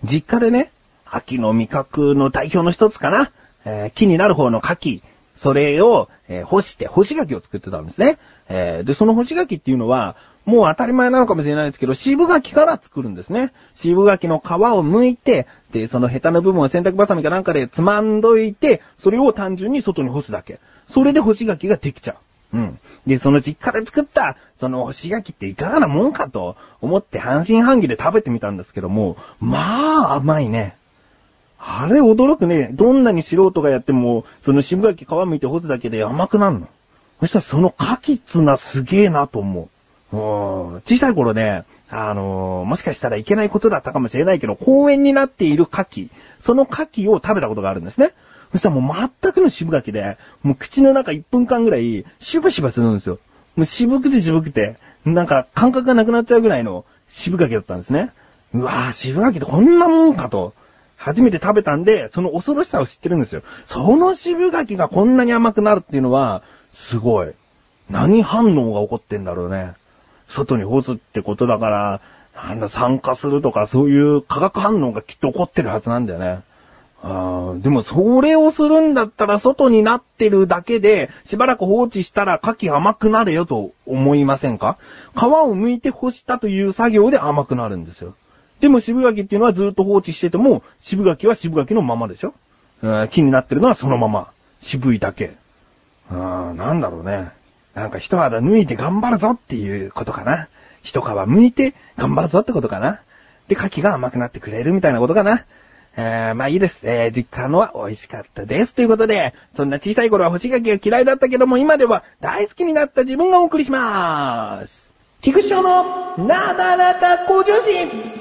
実家でね、秋の味覚の代表の一つかな、木になる方の牡蠣、それを、干して干し柿を作ってたんですね。で、その干し柿っていうのは、もう当たり前なのかもしれないですけど、渋柿から作るんですね。渋柿の皮を剥いて、で、そのヘタの部分を洗濯バサミかなんかでつまんどいて、それを単純に外に干すだけ。それで干し柿ができちゃう。で、その実家で作った、その干し柿っていかがなもんかと思って半信半疑で食べてみたんですけども、まあ甘いね。あれ驚くね。どんなに素人がやっても、その渋柿皮剥いて干すだけで甘くなるの。そしたらその柿っつなすげえなと思う。小さい頃ね、もしかしたらいけないことだったかもしれないけど、公園になっている牡蠣、その牡蠣を食べたことがあるんですね。そしたらもう全くの渋柿で、もう口の中1分間ぐらい、シュバシュバするんですよ。もう渋くて、なんか感覚がなくなっちゃうぐらいの渋柿だったんですね。うわぁ、渋柿ってこんなもんかと。初めて食べたんで、その恐ろしさを知ってるんですよ。その渋柿がこんなに甘くなるっていうのは、すごい。何反応が起こってんだろうね。外に干すってことだから、なんだ、酸化するとかそういう化学反応がきっと起こってるはずなんだよね。でもそれをするんだったら外になってるだけでしばらく放置したら牡蠣甘くなるよと思いませんか？皮を剥いて干したという作業で甘くなるんですよ。でも渋柿っていうのはずっと放置してても渋柿は渋柿のままでしょ？木になってるのはそのまま。渋いだけ。なんだろうね。なんか一肌脱いで頑張るぞっていうことかな。一皮剥いて頑張るぞってことかな。で、牡蠣が甘くなってくれるみたいなことかな。まあいいです。実家のは美味しかったです。ということで、そんな小さい頃は干し柿が嫌いだったけども、今では大好きになった自分がお送りしまーす。菊師匠のなだらか向上心。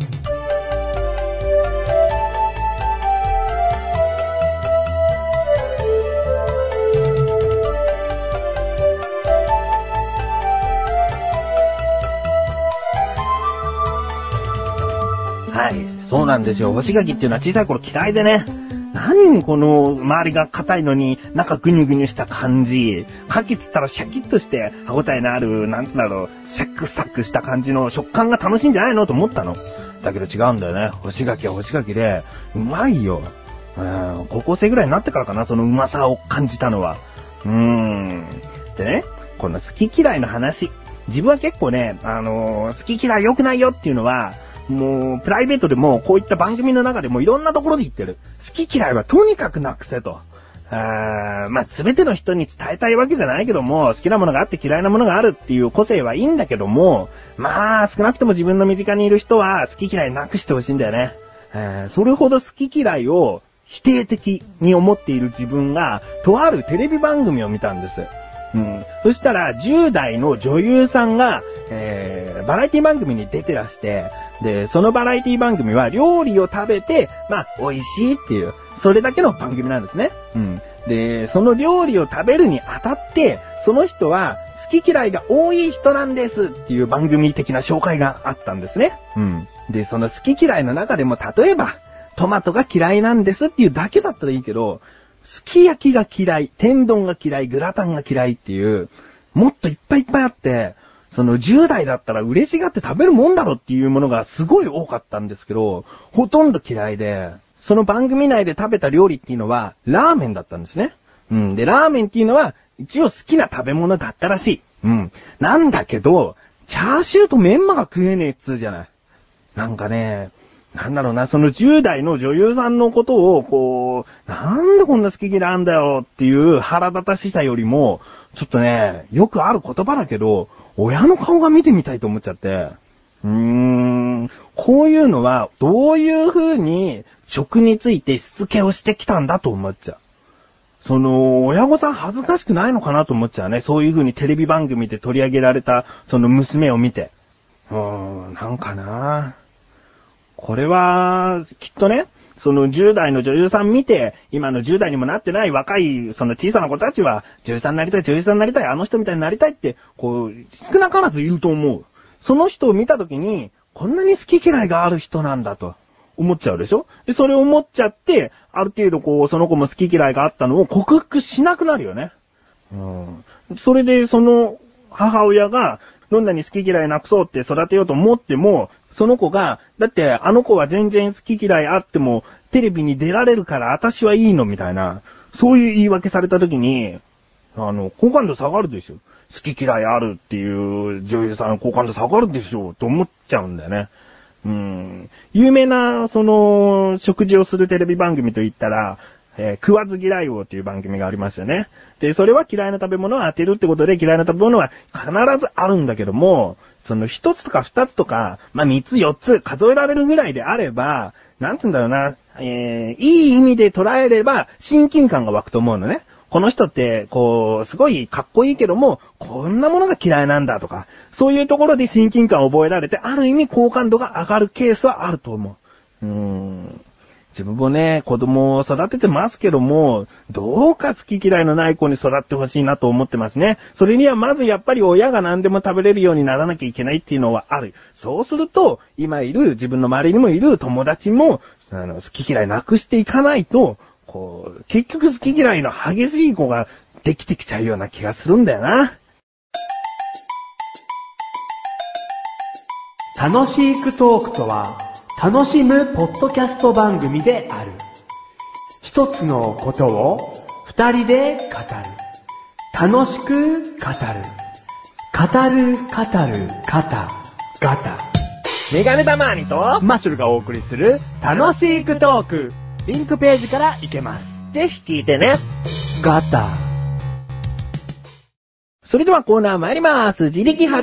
はい、そうなんですよ。干し柿っていうのは小さい頃嫌いでね。何この周りが硬いのに中グニュグニュした感じ。柿つったらシャキッとして歯応えのある、なんつうんだろう、サクサクした感じの食感が楽しいんじゃないのと思ったの。だけど違うんだよね。干し柿は干し柿で、うまいよ。高校生ぐらいになってからかな、そのうまさを感じたのは。でね、この好き嫌いの話。自分は結構ね、好き嫌い良くないよっていうのは、もう、プライベートでも、こういった番組の中でもいろんなところで言ってる。好き嫌いはとにかくなくせと。まあ、すべての人に伝えたいわけじゃないけども、好きなものがあって嫌いなものがあるっていう個性はいいんだけども、まあ、少なくとも自分の身近にいる人は好き嫌いなくしてほしいんだよね。それほど好き嫌いを否定的に思っている自分が、とあるテレビ番組を見たんです。そしたら、10代の女優さんが、バラエティ番組に出てらして、で、そのバラエティ番組は料理を食べて、まあ、美味しいっていう、それだけの番組なんですね。で、その料理を食べるにあたって、その人は好き嫌いが多い人なんですっていう番組的な紹介があったんですね。で、その好き嫌いの中でも例えば、トマトが嫌いなんですっていうだけだったらいいけど、すき焼きが嫌い、天丼が嫌い、グラタンが嫌いっていう、もっといっぱいいっぱいあって、その10代だったら嬉しがって食べるもんだろっていうものがすごい多かったんですけど、ほとんど嫌いで、その番組内で食べた料理っていうのは、ラーメンだったんですね。で、ラーメンっていうのは、一応好きな食べ物だったらしい。なんだけど、チャーシューとメンマが食えねえっつうじゃない。なんかね、なんだろうな、その10代の女優さんのことを、こう、なんでこんな好き嫌いなんだよっていう腹立たしさよりも、ちょっとね、よくある言葉だけど、親の顔が見てみたいと思っちゃって。こういうのは、どういう風に食についてしつけをしてきたんだと思っちゃう。その、親御さん恥ずかしくないのかなと思っちゃうね。そういう風にテレビ番組で取り上げられた、その娘を見て。なんかな。これは、きっとね、その10代の女優さん見て、今の10代にもなってない若い、その小さな子たちは、女優さんになりたい、女優さんになりたい、あの人みたいになりたいって、こう、少なからずいると思う。その人を見たときに、こんなに好き嫌いがある人なんだと、思っちゃうでしょ？で、それを思っちゃって、ある程度こう、その子も好き嫌いがあったのを克服しなくなるよね。それで、その母親が、どんなに好き嫌いなくそうって育てようと思っても、 その子が、だってあの子は全然好き嫌いあってもテレビに出られるから私はいいのみたいな、そういう言い訳された時に、好感度下がるでしょ。好き嫌いあるっていう女優さん好感度下がるでしょと思っちゃうんだよね。有名な、食事をするテレビ番組といったら、食わず嫌い王という番組がありますよね。で、それは嫌いな食べ物を当てるってことで、嫌いな食べ物は必ずあるんだけども、一つとか二つとか、三つ四つ数えられるぐらいであれば、なんつうんだろうな、いい意味で捉えれば親近感が湧くと思うのね。この人って、すごいかっこいいけども、こんなものが嫌いなんだとか、そういうところで親近感を覚えられて、ある意味好感度が上がるケースはあると思う。自分もね、子供を育ててますけども、どうか好き嫌いのない子に育ってほしいなと思ってますね。それにはまずやっぱり親が何でも食べれるようにならなきゃいけないっていうのはある。そうすると、今いる自分の周りにもいる友達も、好き嫌いなくしていかないと、結局好き嫌いの激しい子ができてきちゃうような気がするんだよな。 楽しいクトークとは、楽しむポッドキャスト番組である。一つのことを二人で語る。楽しく語る。語る、ガタ。 メガネたまーにとマッシュルがお送りする楽しいクトーク。リンクページから行けます。 ぜひ聞いてね。 ガタ。 それではコーナー参ります。自力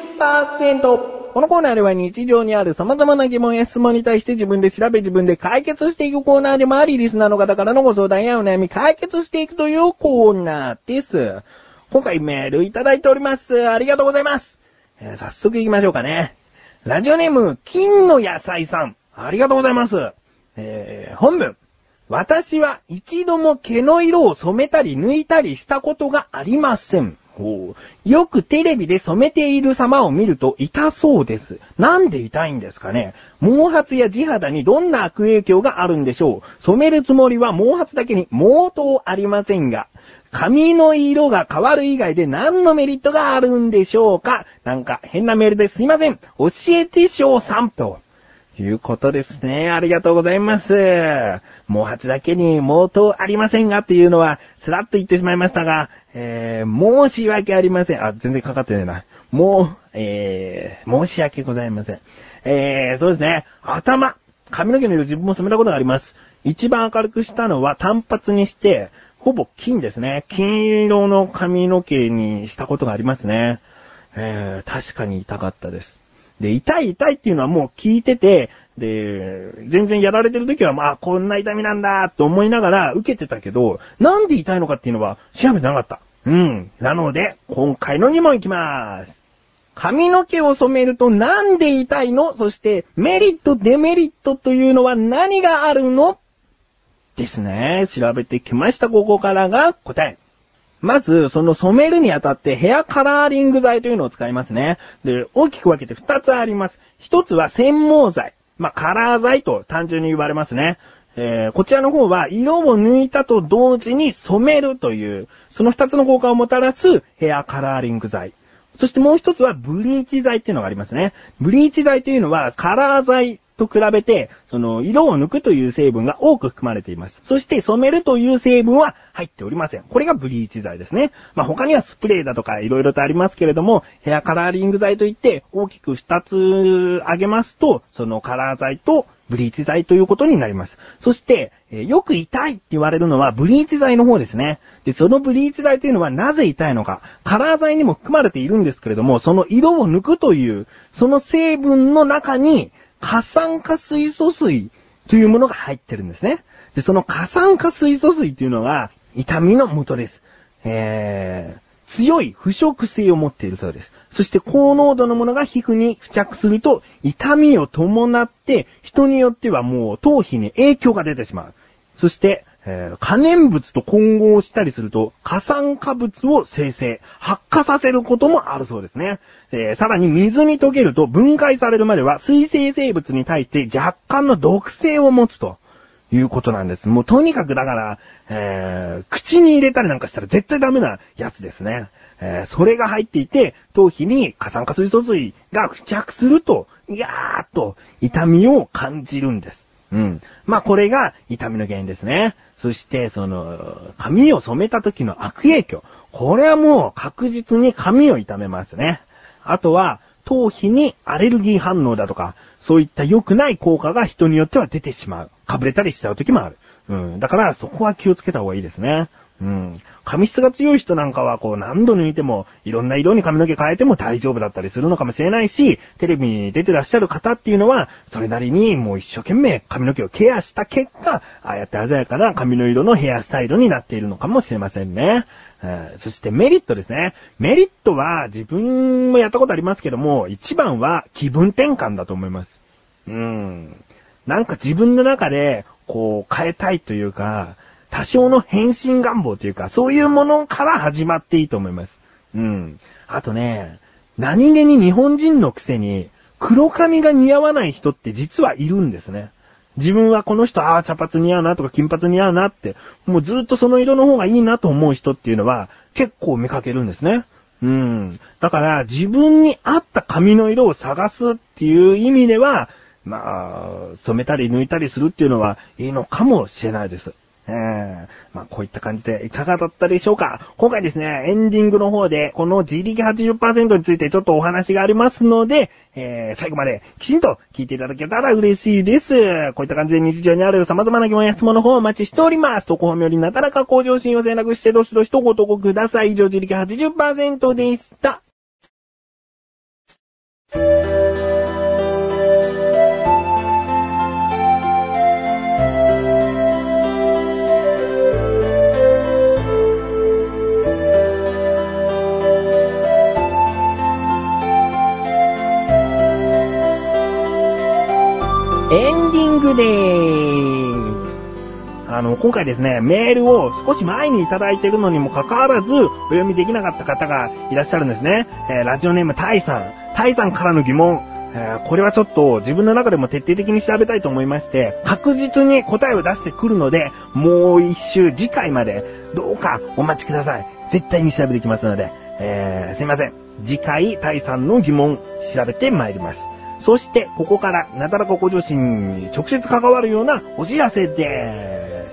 80%。このコーナーでは日常にある様々な疑問や質問に対して自分で調べ自分で解決していくコーナーでもあり、リスナーの方からのご相談やお悩み解決していくというコーナーです。今回メールいただいております。ありがとうございます。早速行きましょうかね。ラジオネーム、金の野菜さん。ありがとうございます。本文。私は一度も毛の色を染めたり抜いたりしたことがありません。よくテレビで染めている様を見ると痛そうです。なんで痛いんですかね。毛髪や地肌にどんな悪影響があるんでしょう。染めるつもりは毛髪だけに毛頭ありませんが、髪の色が変わる以外で何のメリットがあるんでしょうか。なんか変なメールですいません。教えて翔さんということですね。ありがとうございます。毛髪だけに毛頭ありませんがっていうのはスラッと言ってしまいましたが、申し訳ありません。全然かかってねえな。申し訳ございません。そうですね。髪の毛の色自分も染めたことがあります。一番明るくしたのは単発にして、ほぼ金ですね。金色の髪の毛にしたことがありますね。確かに痛かったです。で、痛いっていうのはもう聞いてて、で、全然やられてる時はこんな痛みなんだと思いながら受けてたけど、なんで痛いのかっていうのは調べてなかった。なので、今回の2問いきます。髪の毛を染めるとなんで痛いの？そしてメリット、デメリットというのは何があるの？ですね。調べてきました。ここからが答え。まず、染めるにあたってヘアカラーリング剤というのを使いますね。で、大きく分けて2つあります。1つは染毛剤。カラー剤と単純に言われますね。こちらの方は色を抜いたと同時に染めるという、その2つの効果をもたらすヘアカラーリング剤。そしてもう1つはブリーチ剤っていうのがありますね。ブリーチ剤というのはカラー剤と比べて、色を抜くという成分が多く含まれています。そして染めるという成分は入っておりません。これがブリーチ剤ですね。他にはスプレーだとか色々とありますけれども、ヘアカラーリング剤といって大きく2つ挙げますと、そのカラー剤とブリーチ剤ということになります。そして、よく痛いって言われるのはブリーチ剤の方ですね。で、そのブリーチ剤というのはなぜ痛いのか。カラー剤にも含まれているんですけれども、その色を抜くという、その成分の中に、過酸化水素水というものが入ってるんですね。で、その過酸化水素水というのが痛みの元です。強い腐食性を持っているそうです。そして高濃度のものが皮膚に付着すると痛みを伴って人によってはもう頭皮に影響が出てしまう。そして、可燃物と混合したりすると過酸化物を生成、発火させることもあるそうですね。さらに水に溶けると分解されるまでは水生生物に対して若干の毒性を持つということなんです。もうとにかくだから、口に入れたりなんかしたら絶対ダメなやつですね。 それが入っていて、頭皮に過酸化水素水が付着すると、ギャーっと痛みを感じるんです。これが痛みの原因ですね。そして、髪を染めた時の悪影響。これはもう確実に髪を痛めますね。あとは、頭皮にアレルギー反応だとか、そういった良くない効果が人によっては出てしまう。かぶれたりしちゃう時もある。だからそこは気をつけた方がいいですね。髪質が強い人なんかは何度抜いてもいろんな色に髪の毛変えても大丈夫だったりするのかもしれないし、テレビに出てらっしゃる方っていうのはそれなりにもう一生懸命髪の毛をケアした結果、ああやって鮮やかな髪の色のヘアスタイルになっているのかもしれませんね。そしてメリットですね。メリットは自分もやったことありますけども、一番は気分転換だと思います。なんか自分の中で変えたいというか、多少の変身願望というか、そういうものから始まっていいと思います。あとね、何気に日本人のくせに黒髪が似合わない人って実はいるんですね。自分はこの人、茶髪似合うなとか金髪似合うなって、もうずっとその色の方がいいなと思う人っていうのは結構見かけるんですね。だから自分に合った髪の色を探すっていう意味では、染めたり抜いたりするっていうのはいいのかもしれないです。こういった感じでいかがだったでしょうか。今回ですね、エンディングの方でこの自力 80% についてちょっとお話がありますので、最後まできちんと聞いていただけたら嬉しいです。こういった感じで日常にある様々な疑問や質問の方をお待ちしております。投稿本よりなだらか向上心を選択してどしどしとご投稿ください。以上、自力 80% でした。エンディングでーす。今回ですね、メールを少し前にいただいているのにもかかわらず、お読みできなかった方がいらっしゃるんですね。ラジオネームタイさんからの疑問。これはちょっと自分の中でも徹底的に調べたいと思いまして、確実に答えを出してくるので、もう一周次回までどうかお待ちください。絶対に調べてきますので、すいません。次回タイさんの疑問調べてまいります。そして、ここから、なだらか向上心に直接関わるようなお知らせです。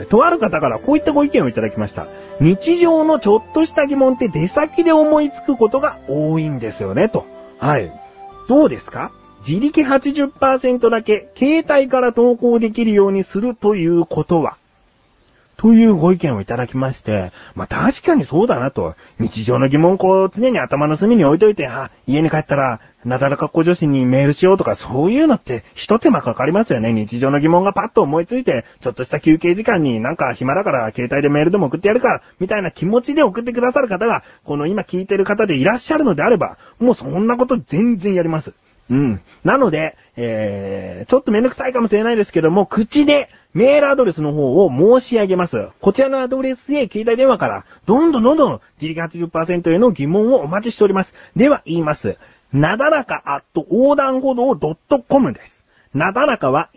とある方からこういったご意見をいただきました。日常のちょっとした疑問って出先で思いつくことが多いんですよね、と。はい。どうですか？自力 80% だけ携帯から投稿できるようにするということは？というご意見をいただきまして、確かにそうだなと。日常の疑問常に頭の隅に置いといて、家に帰ったら、なだらか向上心にメールしようとか、そういうのって一手間かかりますよね。日常の疑問がパッと思いついて、ちょっとした休憩時間になんか暇だから携帯でメールでも送ってやるか、みたいな気持ちで送ってくださる方が、この今聞いてる方でいらっしゃるのであれば、もうそんなこと全然やります。なので、ちょっとめんどくさいかもしれないですけども、口でメールアドレスの方を申し上げます。こちらのアドレスへ携帯電話から、どんどん自力 80% への疑問をお待ちしております。では言います。なだらか横断歩道 .com です。なだらかは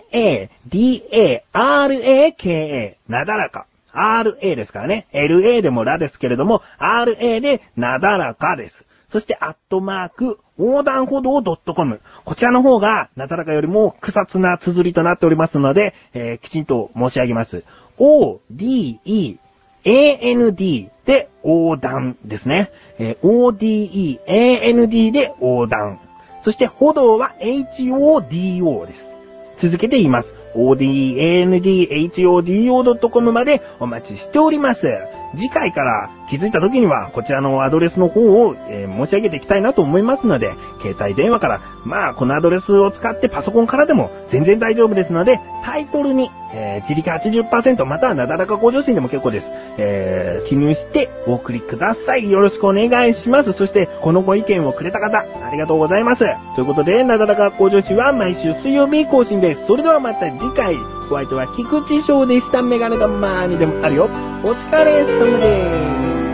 NADARAKA。なだらか。RA ですからね。LA でもラですけれども、RA でなだらかです。そして、横断歩道 .com。こちらの方が、なだらかよりも複雑な綴りとなっておりますので、きちんと申し上げます。ODEAND で横断ですね。ODEAND で横断。そして、歩道は HODO です。続けて言います。ODEANDHODO.com までお待ちしております。次回から気づいた時にはこちらのアドレスの方を、申し上げていきたいなと思いますので、携帯電話からこのアドレスを使ってパソコンからでも全然大丈夫ですので、タイトルに、自力 80% またはなだらか向上心でも結構です。記入してお送りください。よろしくお願いします。そしてこのご意見をくれた方ありがとうございます。ということで、なだらか向上心は毎週水曜日更新です。それではまた次回。お相手は菊池翔でした。メガネたまーにでもあるよ。お疲れ様です。